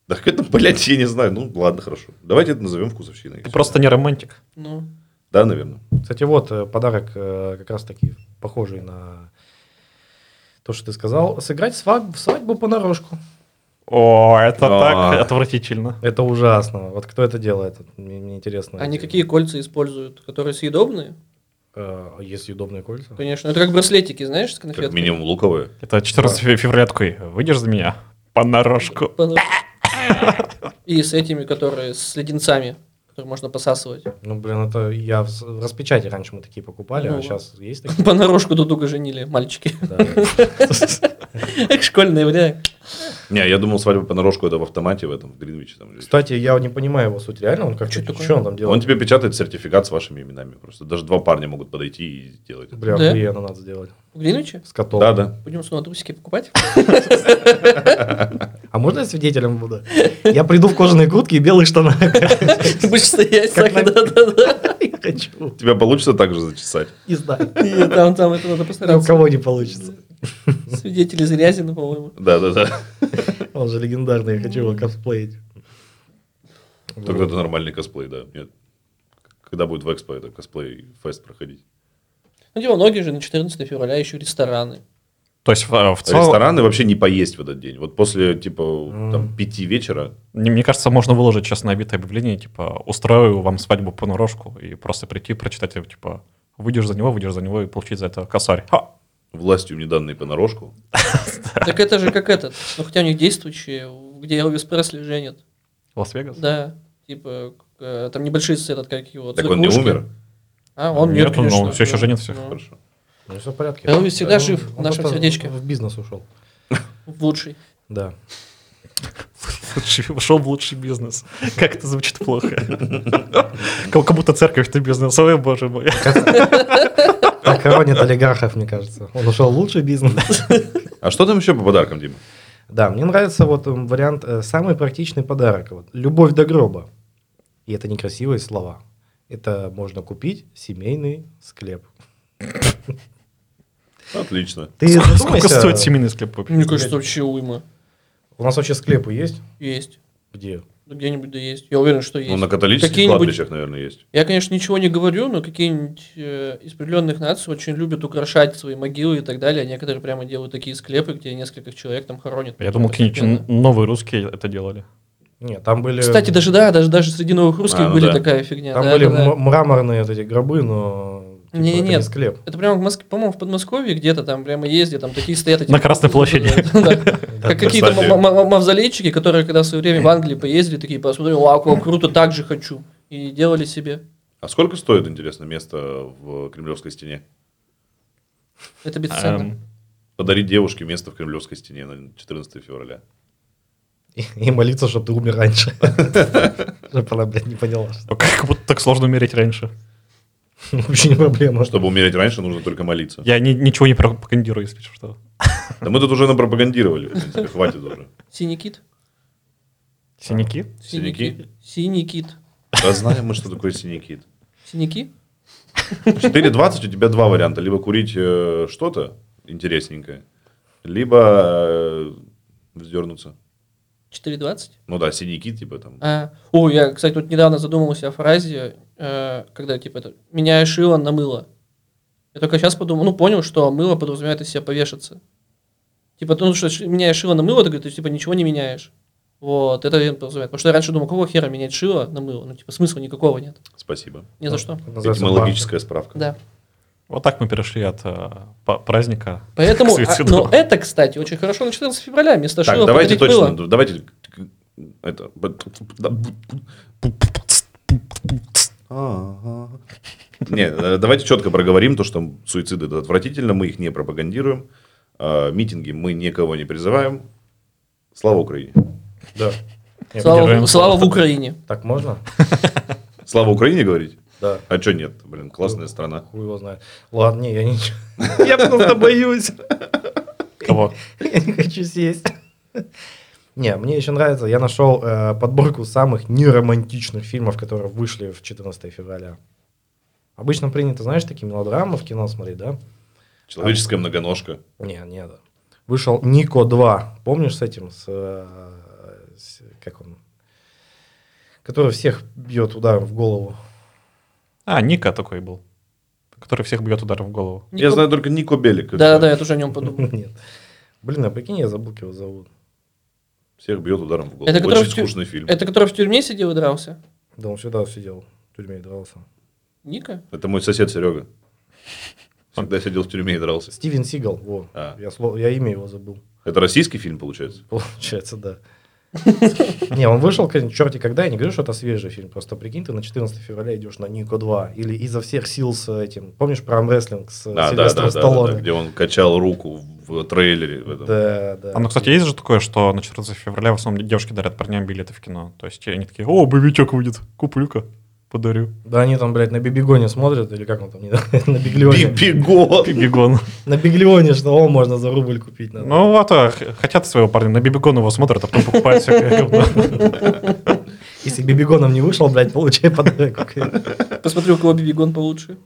Speaker 4: Да это, блядь, я не знаю. Ну, ладно, хорошо. Давайте это назовем вкусовщиной.
Speaker 2: Ты просто не романтик.
Speaker 3: Ну,
Speaker 4: Да, наверное.
Speaker 1: Кстати, вот э, подарок э, как раз-таки похожий на то, что ты сказал. Сыграть свадьбу, свадьбу понарошку.
Speaker 2: О, это
Speaker 4: А.
Speaker 2: так отвратительно.
Speaker 1: Это ужасно. Вот кто это делает? Вот Мне, мне интересно.
Speaker 3: они какие кольца используют, которые съедобные?
Speaker 1: Э, есть удобные кольца?
Speaker 3: Конечно, это как браслетики, знаешь, с
Speaker 4: Как
Speaker 3: конфеткой.
Speaker 4: минимум луковые.
Speaker 2: Это четырнадцатого февраля такой, выйдешь за меня? Понарошку.
Speaker 3: И с этими, которые с леденцами, которые можно посасывать.
Speaker 1: Ну, блин, это я в с- в распечати раньше мы такие покупали,
Speaker 3: Ну
Speaker 1: а
Speaker 3: вот.
Speaker 1: сейчас есть такие?
Speaker 3: Понарошку друг друга женили, мальчики.
Speaker 1: Да.
Speaker 3: Как школьное время.
Speaker 4: Не, я думал, свадьба понарошку это в автомате в этом, в Гринвиче. Там, или
Speaker 1: Кстати, я не понимаю его суть. Реально, он как
Speaker 3: Чё
Speaker 1: что
Speaker 3: такое?
Speaker 1: он там
Speaker 4: что.
Speaker 1: делает?
Speaker 4: Он тебе печатает сертификат с вашими именами. Просто даже два парня могут подойти и сделать это.
Speaker 1: Бля,
Speaker 3: Да?
Speaker 1: охуенно надо сделать.
Speaker 3: В Гринвиче?
Speaker 1: С котом.
Speaker 4: Да, да.
Speaker 3: Будем снова трусики покупать?
Speaker 1: А можно я свидетелем буду? Я приду в кожаной куртке и белых штанах.
Speaker 3: Ты будешь стоять
Speaker 1: Как
Speaker 3: так,
Speaker 1: на-
Speaker 3: да-да-да.
Speaker 1: Я хочу.
Speaker 4: Тебя получится так же зачесать?
Speaker 1: Не знаю.
Speaker 3: И Там, там это надо
Speaker 1: Ни у
Speaker 3: постараться.
Speaker 1: кого не получится.
Speaker 3: Свидетели Зрязина, по-моему.
Speaker 4: Да, да, да.
Speaker 1: Он же легендарный, я хочу его косплеить.
Speaker 4: Тогда это нормальный косплей, да. Нет. Когда будет в Экспо это косплей-фест проходить?
Speaker 3: Ну, типа, многие же на четырнадцатого февраля еще рестораны.
Speaker 2: То есть в, в целом,
Speaker 4: Рестораны вообще не поесть в этот день. Вот после, типа, там, пяти вечера.
Speaker 2: не- мне кажется, можно выложить сейчас на обитое объявление, типа, устрою вам свадьбу понарошку, и просто прийти, прочитать, типа, выйдешь за него, выйдешь за него и получить за это косарь. Ха!
Speaker 4: Властью не данной понарошку.
Speaker 3: Так это же как этот. Ну, хотя у них действующие, где Элвис Пресли женят.
Speaker 2: Лас-Вегас?
Speaker 3: Да. Типа, э, там небольшие сцены, как его
Speaker 4: Так он не
Speaker 3: церквушки.
Speaker 4: умер?
Speaker 3: А, он нет,
Speaker 2: Нет, он,
Speaker 3: конечно.
Speaker 2: ну, всё еще женит всех.
Speaker 3: Ну,
Speaker 4: Хорошо.
Speaker 1: Ну, все в порядке.
Speaker 3: Элвис всегда
Speaker 1: Он-
Speaker 3: жив в
Speaker 1: он
Speaker 3: нашем
Speaker 1: просто
Speaker 3: сердечке.
Speaker 1: В бизнес ушел.
Speaker 3: в лучший.
Speaker 1: Да.
Speaker 2: Лучший- Ушел в лучший бизнес. Как это звучит плохо. Как как будто церковь это бизнес. Ой, боже мой.
Speaker 1: Так хоронят олигархов, мне кажется. Он ушел в лучший бизнес.
Speaker 4: А что там еще по подаркам, Дима?
Speaker 1: Да, мне нравится вот м, вариант, э, самый практичный подарок. Вот, любовь до гроба. И это не красивые слова. Это можно купить семейный склеп.
Speaker 4: Отлично.
Speaker 1: Ты
Speaker 2: Сколько
Speaker 1: задумайся,
Speaker 2: стоит семейный склеп вообще?
Speaker 3: Мне кажется, вообще уйма.
Speaker 1: У нас вообще склепы есть?
Speaker 3: Есть.
Speaker 1: Где?
Speaker 3: Да где-нибудь да есть. Я уверен, что есть.
Speaker 4: Ну, на католических
Speaker 3: Какие-нибудь-
Speaker 4: кладбищах, наверное, есть.
Speaker 3: Я, конечно, ничего не говорю, но какие-нибудь э, из определенных наций очень любят украшать свои могилы и так далее. А некоторые прямо делают такие склепы, где несколько человек там хоронят.
Speaker 2: Я думал,
Speaker 3: Это офигенно.
Speaker 2: какие-нибудь новые русские это делали.
Speaker 1: Нет, там были...
Speaker 3: Кстати, даже да, даже, даже среди новых русских
Speaker 4: А, ну
Speaker 3: были
Speaker 4: да.
Speaker 3: такая фигня.
Speaker 1: Там
Speaker 3: да,
Speaker 1: были
Speaker 3: да, да.
Speaker 1: м- мраморные вот эти гробы, но... типа,
Speaker 3: Не,
Speaker 1: это
Speaker 3: нет.
Speaker 1: склеп.
Speaker 3: Это прямо, в Моск... по-моему, в Подмосковье где-то там прямо ездят, там такие стоят. эти-
Speaker 2: На Красной площади.
Speaker 3: Да. Как какие-то
Speaker 4: кстати.
Speaker 3: м- м- мавзолейчики, которые когда в свое время в Англии поездили, такие посмотрели, вау, как круто, так же хочу. И делали себе.
Speaker 4: А сколько стоит, интересно, место в Кремлевской стене?
Speaker 3: Это бесценно.
Speaker 2: Эм,
Speaker 4: Подарить девушке место в Кремлевской стене на четырнадцатого февраля.
Speaker 1: И, и молиться, чтобы ты умер раньше. Чтобы она, блядь, не поняла. что-
Speaker 2: Как будто так сложно умереть раньше.
Speaker 1: Вообще не проблема.
Speaker 4: Чтобы умереть раньше, нужно только молиться.
Speaker 2: Я ни- ничего не пропагандирую, если что.
Speaker 4: Да мы тут уже напропагандировали, в принципе, хватит уже.
Speaker 3: Синий кит?
Speaker 2: Синяки?
Speaker 3: Синий
Speaker 4: Синяки?
Speaker 3: кит. Синий кит.
Speaker 4: Да знаем мы, что такое синий кит.
Speaker 3: Синяки?
Speaker 4: четыре двадцать у тебя два варианта. Либо курить э, что-то интересненькое, либо э, вздернуться.
Speaker 3: четыре двадцать?
Speaker 4: Ну да, синий кит, типа там.
Speaker 3: А, о, я, кстати, тут недавно задумался о фразе, э, когда, типа, это, меняя шило на мыло. Я только сейчас подумал, ну, понял, что мыло подразумевает из себя повешаться. Типа, ну, что, ш- меняя шило на мыло, ты, ты, типа, ничего не меняешь. Вот, это я подразумевает. Потому что я раньше думал, какого хера менять шило на мыло? Ну, типа, смысла никакого нет.
Speaker 4: Спасибо.
Speaker 3: Ни за что.
Speaker 1: Называется
Speaker 4: Этимологическая справка.
Speaker 3: Да.
Speaker 2: Вот так мы перешли от э, па- праздника
Speaker 3: Поэтому,
Speaker 2: к
Speaker 3: а,
Speaker 2: суициду.
Speaker 3: но это, кстати, очень хорошо на четырнадцатого февраля вместо
Speaker 4: Так,
Speaker 3: шила
Speaker 4: давайте
Speaker 3: подарить
Speaker 4: точно,
Speaker 3: мыло.
Speaker 4: давайте это. Не, э, давайте четко проговорим то, что суициды это отвратительно, мы их не пропагандируем, а, митинги мы никого не призываем. Слава Украине.
Speaker 1: Да. Не,
Speaker 3: Слава,
Speaker 2: поддерживаем
Speaker 3: слава
Speaker 2: слово.
Speaker 3: в Украине.
Speaker 1: Так можно?
Speaker 4: Слава Украине говорить?
Speaker 1: Да.
Speaker 4: А что нет? Блин, классная страна.
Speaker 1: Хуй его знает. Ладно, не, я не... Я просто боюсь.
Speaker 2: Кого?
Speaker 1: Я не хочу сесть. Не, мне еще нравится, я нашел э, подборку самых неромантичных фильмов, которые вышли в четырнадцатого февраля. Обычно принято, знаешь, такие мелодрамы в кино смотреть, да?
Speaker 4: Человеческая многоножка.
Speaker 1: Не, не, да. Вышел Нико два. Помнишь с этим? С, э, с- как он, который всех бьет ударом в голову.
Speaker 2: А, Ника такой был, который всех бьет ударом в голову.
Speaker 4: Я
Speaker 3: Нико-
Speaker 4: знаю только Нико Белик. и
Speaker 3: Да,
Speaker 4: всё.
Speaker 3: да, я тоже о нем подумал.
Speaker 1: Нет. Блин, а прикинь, я забыл, как его зовут.
Speaker 4: Всех бьет ударом в голову.
Speaker 3: Это который
Speaker 4: Очень
Speaker 3: в тю-
Speaker 4: скучный фильм.
Speaker 3: Это который в тюрьме сидел и дрался?
Speaker 1: Да он всегда сидел в тюрьме и дрался.
Speaker 3: Ника?
Speaker 4: Это мой сосед Серега. Всегда сидел в тюрьме и дрался.
Speaker 1: Стивен Сигал, во.
Speaker 4: А.
Speaker 1: Я, сло- я имя его забыл.
Speaker 4: Это российский фильм, получается?
Speaker 1: Получается, да. Не, он вышел, конечно, черти когда, я не говорю, что это свежий фильм, просто прикинь, ты на четырнадцатое февраля идешь на Нико два, или изо всех сил с этим, помнишь про армрестлинг с
Speaker 4: А, да, да,
Speaker 1: Сильвестром
Speaker 4: да, да,
Speaker 1: Сталлоне?
Speaker 4: да, где он качал руку в трейлере. В этом.
Speaker 1: Да, да.
Speaker 2: А ну, кстати, есть же такое, что на четырнадцатое февраля в основном девушки дарят парням билеты в кино. То есть они такие, о, боевичок выйдет, куплю-ка, подарю.
Speaker 1: Да они там, блядь, на Бибигоне смотрят, или как он там, не- на Биглионе.
Speaker 4: Бибигон!
Speaker 2: Бибигон.
Speaker 1: На Биглионе, что он можно за рубль купить. Надо.
Speaker 2: Ну вот, а, х- хотят своего парня, на Бибигон его смотрят, а потом покупают всякое говно.
Speaker 1: Если Бибигоном не вышел, блядь, получай подарок.
Speaker 3: Посмотрю, у кого бибигон получше.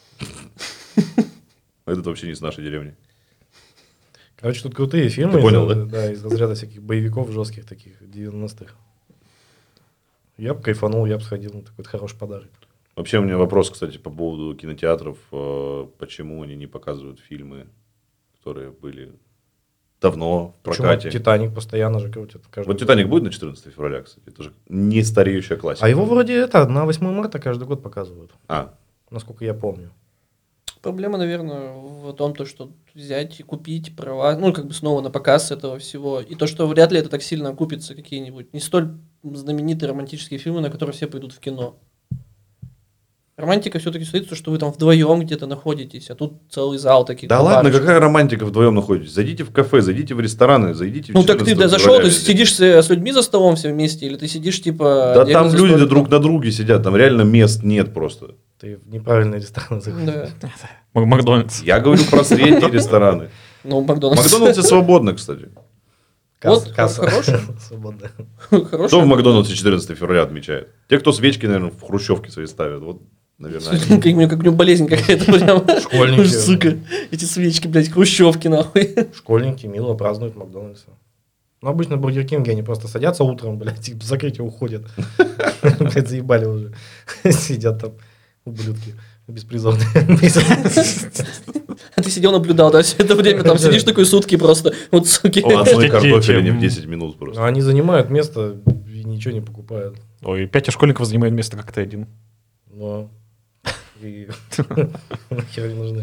Speaker 4: Этот вообще не с нашей деревни.
Speaker 1: Короче, тут крутые фильмы.
Speaker 4: Ты понял,
Speaker 1: из, да? из разряда всяких боевиков жестких таких, девяностых. Я бы кайфанул, я бы сходил на такой хороший подарок.
Speaker 4: Вообще у меня вопрос, кстати, по поводу кинотеатров. э, Почему они не показывают фильмы, которые были давно в
Speaker 1: Почему?
Speaker 4: прокате?
Speaker 1: Титаник постоянно же крутят. каждый
Speaker 4: Вот
Speaker 1: год.
Speaker 4: «Титаник» будет на четырнадцатое февраля, кстати. Это же не стареющая классика.
Speaker 1: А его вроде это на восьмое марта каждый год показывают,
Speaker 4: А,
Speaker 1: насколько я помню.
Speaker 3: Проблема, наверное, в том, то, что взять и купить права, ну, как бы снова на показ этого всего. И то, что вряд ли это так сильно окупится, какие-нибудь не столь знаменитые романтические фильмы, на которые все пойдут в кино. Романтика все-таки стоит, то, что вы там вдвоем где-то находитесь, а тут целый зал таких.
Speaker 4: да
Speaker 3: барышек.
Speaker 4: ладно, какая романтика, вдвоем находитесь? Зайдите в кафе, зайдите в рестораны, зайдите в
Speaker 3: Ну так ты да,
Speaker 4: четырнадцатое
Speaker 3: зашел,
Speaker 4: февраля
Speaker 3: ты
Speaker 4: везде.
Speaker 3: сидишь с, с людьми за столом все вместе, или ты сидишь типа...
Speaker 4: Да
Speaker 3: отдельно
Speaker 4: там
Speaker 3: за
Speaker 4: люди
Speaker 3: столиком?
Speaker 4: друг на друге сидят, там реально мест нет просто.
Speaker 1: Ты в неправильный ресторан заходишь.
Speaker 3: Да.
Speaker 2: Мак- Макдональдс.
Speaker 4: Я говорю про средние рестораны.
Speaker 3: Ну, Макдональдс.
Speaker 4: Макдональдсе свободно, кстати.
Speaker 1: Касса,
Speaker 3: Вот,
Speaker 1: касса.
Speaker 3: хороший.
Speaker 1: Свободная.
Speaker 3: Хороший.
Speaker 4: Кто в Макдональдсе четырнадцатое февраля отмечает? Те, кто свечки, наверное, в хрущевке свои ставят. Вот, наверное, они.
Speaker 3: Как у меня как у него болезнь какая-то прям.
Speaker 1: Школьники.
Speaker 3: Сука. Эти свечки, блядь, хрущевки, нахуй.
Speaker 1: Школьники мило празднуют в Макдональдсе. Ну, обычно в Бургер Кинге они просто садятся утром, блядь, и в закрытие уходят. Блядь, заебали уже. Сидят там, ублюдки, беспризорные.
Speaker 3: А ты сидел, наблюдал, да, все это время, там сидишь такой сутки просто. Вот суки.
Speaker 4: О, одной
Speaker 2: Дети.
Speaker 4: картофеля не в десять минут просто.
Speaker 1: Но они занимают место и ничего не покупают.
Speaker 2: Ой, пять школьников занимают место, как ты один.
Speaker 1: Но и нахер не нужны.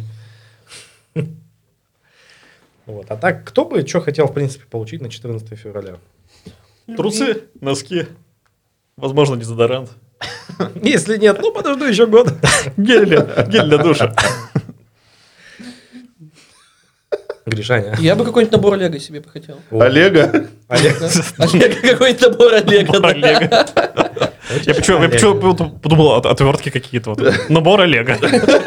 Speaker 1: Вот. А так, кто бы что хотел, в принципе, получить на четырнадцатое февраля?
Speaker 2: Трусы, носки, возможно, дезодорант.
Speaker 1: Если нет, ну подожду еще год.
Speaker 2: Гель для, гель для душа.
Speaker 1: Гришаня.
Speaker 3: Я бы какой-нибудь набор Олега себе бы хотел.
Speaker 4: Олега?
Speaker 1: Олег.
Speaker 3: Да. Олега, какой-нибудь набор Олега.
Speaker 2: Набор
Speaker 3: да.
Speaker 2: Олега. Я почему, я почему подумал, от- отвертки какие-то. Вот. Набор Олега.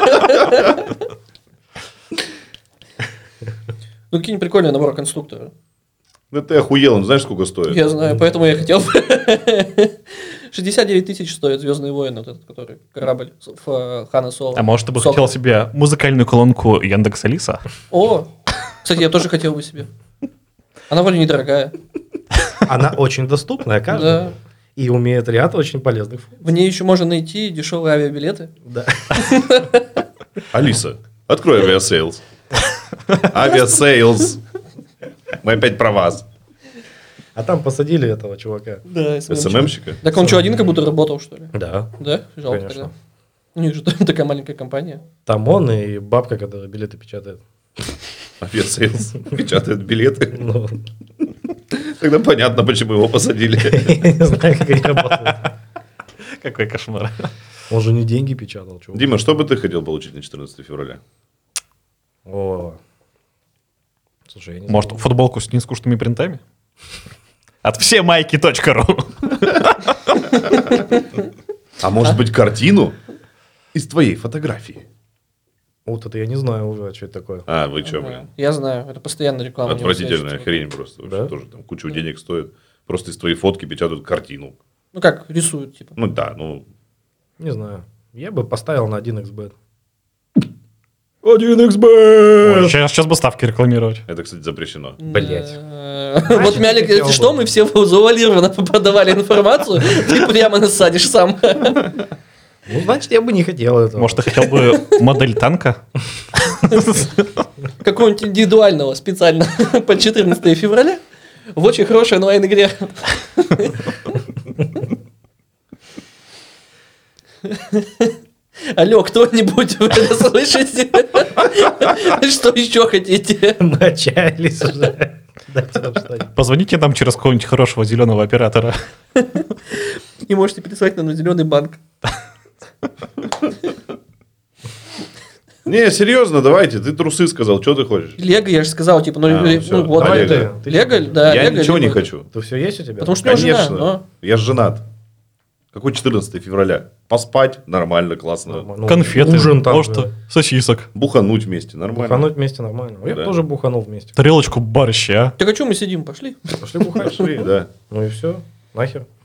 Speaker 3: Ну, какие-нибудь прикольные наборы конструктора.
Speaker 4: Ну ты охуел, он знаешь, сколько стоит?
Speaker 3: Я знаю, поэтому я хотел. шестьдесят девять тысяч стоит «Звездные войны», вот этот, который корабль в Хана Соло.
Speaker 2: А может, ты бы
Speaker 3: Сокол.
Speaker 2: хотел себе музыкальную колонку Яндекс Алиса?
Speaker 3: О, кстати, я тоже хотел бы себе. Она вроде недорогая.
Speaker 1: Она очень доступная, каждая.
Speaker 3: Да.
Speaker 1: И умеет ряд очень полезных функций.
Speaker 3: В ней еще можно найти дешевые авиабилеты.
Speaker 1: Да.
Speaker 4: Алиса, открой авиасейлс. Авиасейлс. Мы опять про вас.
Speaker 1: А там посадили этого чувака.
Speaker 3: Да,
Speaker 4: СММщика?
Speaker 3: Так он что, один как будто работал, что ли?
Speaker 1: Да.
Speaker 3: Да? Жалко
Speaker 1: Конечно.
Speaker 3: тогда. У них же там такая маленькая компания.
Speaker 1: Там он и бабка, которая билеты печатает.
Speaker 4: Авиасейлс. Печатают билеты.
Speaker 1: Ну,
Speaker 4: Тогда понятно, почему его посадили.
Speaker 1: я не знаю, как они работают.
Speaker 2: Какой кошмар.
Speaker 1: Он же не деньги печатал, чувак.
Speaker 4: Дима, что бы ты хотел получить на четырнадцатое февраля?
Speaker 1: О. Слушай, я не
Speaker 2: Может,
Speaker 1: знаю.
Speaker 2: футболку с нескучными принтами? От всемайки точка ру.
Speaker 4: А может быть картину из твоей фотографии?
Speaker 1: Вот это я не знаю уже, что это такое.
Speaker 4: А, вы что,
Speaker 3: Ага.
Speaker 4: блин?
Speaker 3: Я знаю, это постоянно реклама. у него
Speaker 4: Отвратительная
Speaker 3: следует.
Speaker 4: хрень просто. Вообще
Speaker 1: Да?
Speaker 4: тоже там кучу денег стоит. Просто из твоей фотки печатают картину.
Speaker 3: Ну как, рисуют, типа.
Speaker 4: Ну да, ну...
Speaker 1: Не знаю. Я бы поставил на один икс бет.
Speaker 2: один икс бет! Сейчас, сейчас бы ставки рекламировать.
Speaker 4: Это, кстати, запрещено.
Speaker 1: Блять.
Speaker 3: Э, Вот, Мялик, если что, мы все завуалированно продавали информацию, ты прямо насадишь сам.
Speaker 1: Ну, значит, я бы не хотел этого.
Speaker 2: Может, ты хотел бы модель танка?
Speaker 3: Какого-нибудь индивидуального специально по четырнадцатое февраля в очень хорошей онлайн-игре. Алло, кто-нибудь, вы это слышите? Что еще хотите?
Speaker 1: Начались уже. Дайте нам что-нибудь.
Speaker 2: Позвоните нам через какого-нибудь хорошего зеленого оператора.
Speaker 3: И можете переслать нам на зеленый банк.
Speaker 4: Не, серьезно, давайте. Ты трусы сказал, что ты хочешь?
Speaker 3: Лего, я же сказал, типа, ну,
Speaker 4: А,
Speaker 3: ну,
Speaker 4: всё.
Speaker 3: вот,
Speaker 4: А
Speaker 1: Давай
Speaker 4: Лего?
Speaker 1: ты. Ты
Speaker 3: Лего,
Speaker 1: что?
Speaker 3: да,
Speaker 4: Я
Speaker 3: Лего,
Speaker 4: ничего не
Speaker 3: Лего.
Speaker 4: хочу.
Speaker 1: То все есть у тебя?
Speaker 3: Потому что у него жена,
Speaker 4: Конечно.
Speaker 3: но-
Speaker 4: Я ж женат. Какой четырнадцатое февраля? Поспать нормально, классно.
Speaker 1: Нормально. Ну,
Speaker 2: Конфеты,
Speaker 1: Ужин там.
Speaker 2: может,
Speaker 1: же.
Speaker 2: сосисок.
Speaker 4: Бухануть вместе, нормально.
Speaker 1: Бухануть вместе нормально. Я
Speaker 4: Да.
Speaker 1: тоже буханул вместе.
Speaker 2: Тарелочку борща.
Speaker 3: Так а что мы сидим? Пошли.
Speaker 1: Пошли бухать.
Speaker 4: Пошли, да.
Speaker 1: Ну и все. Нахер.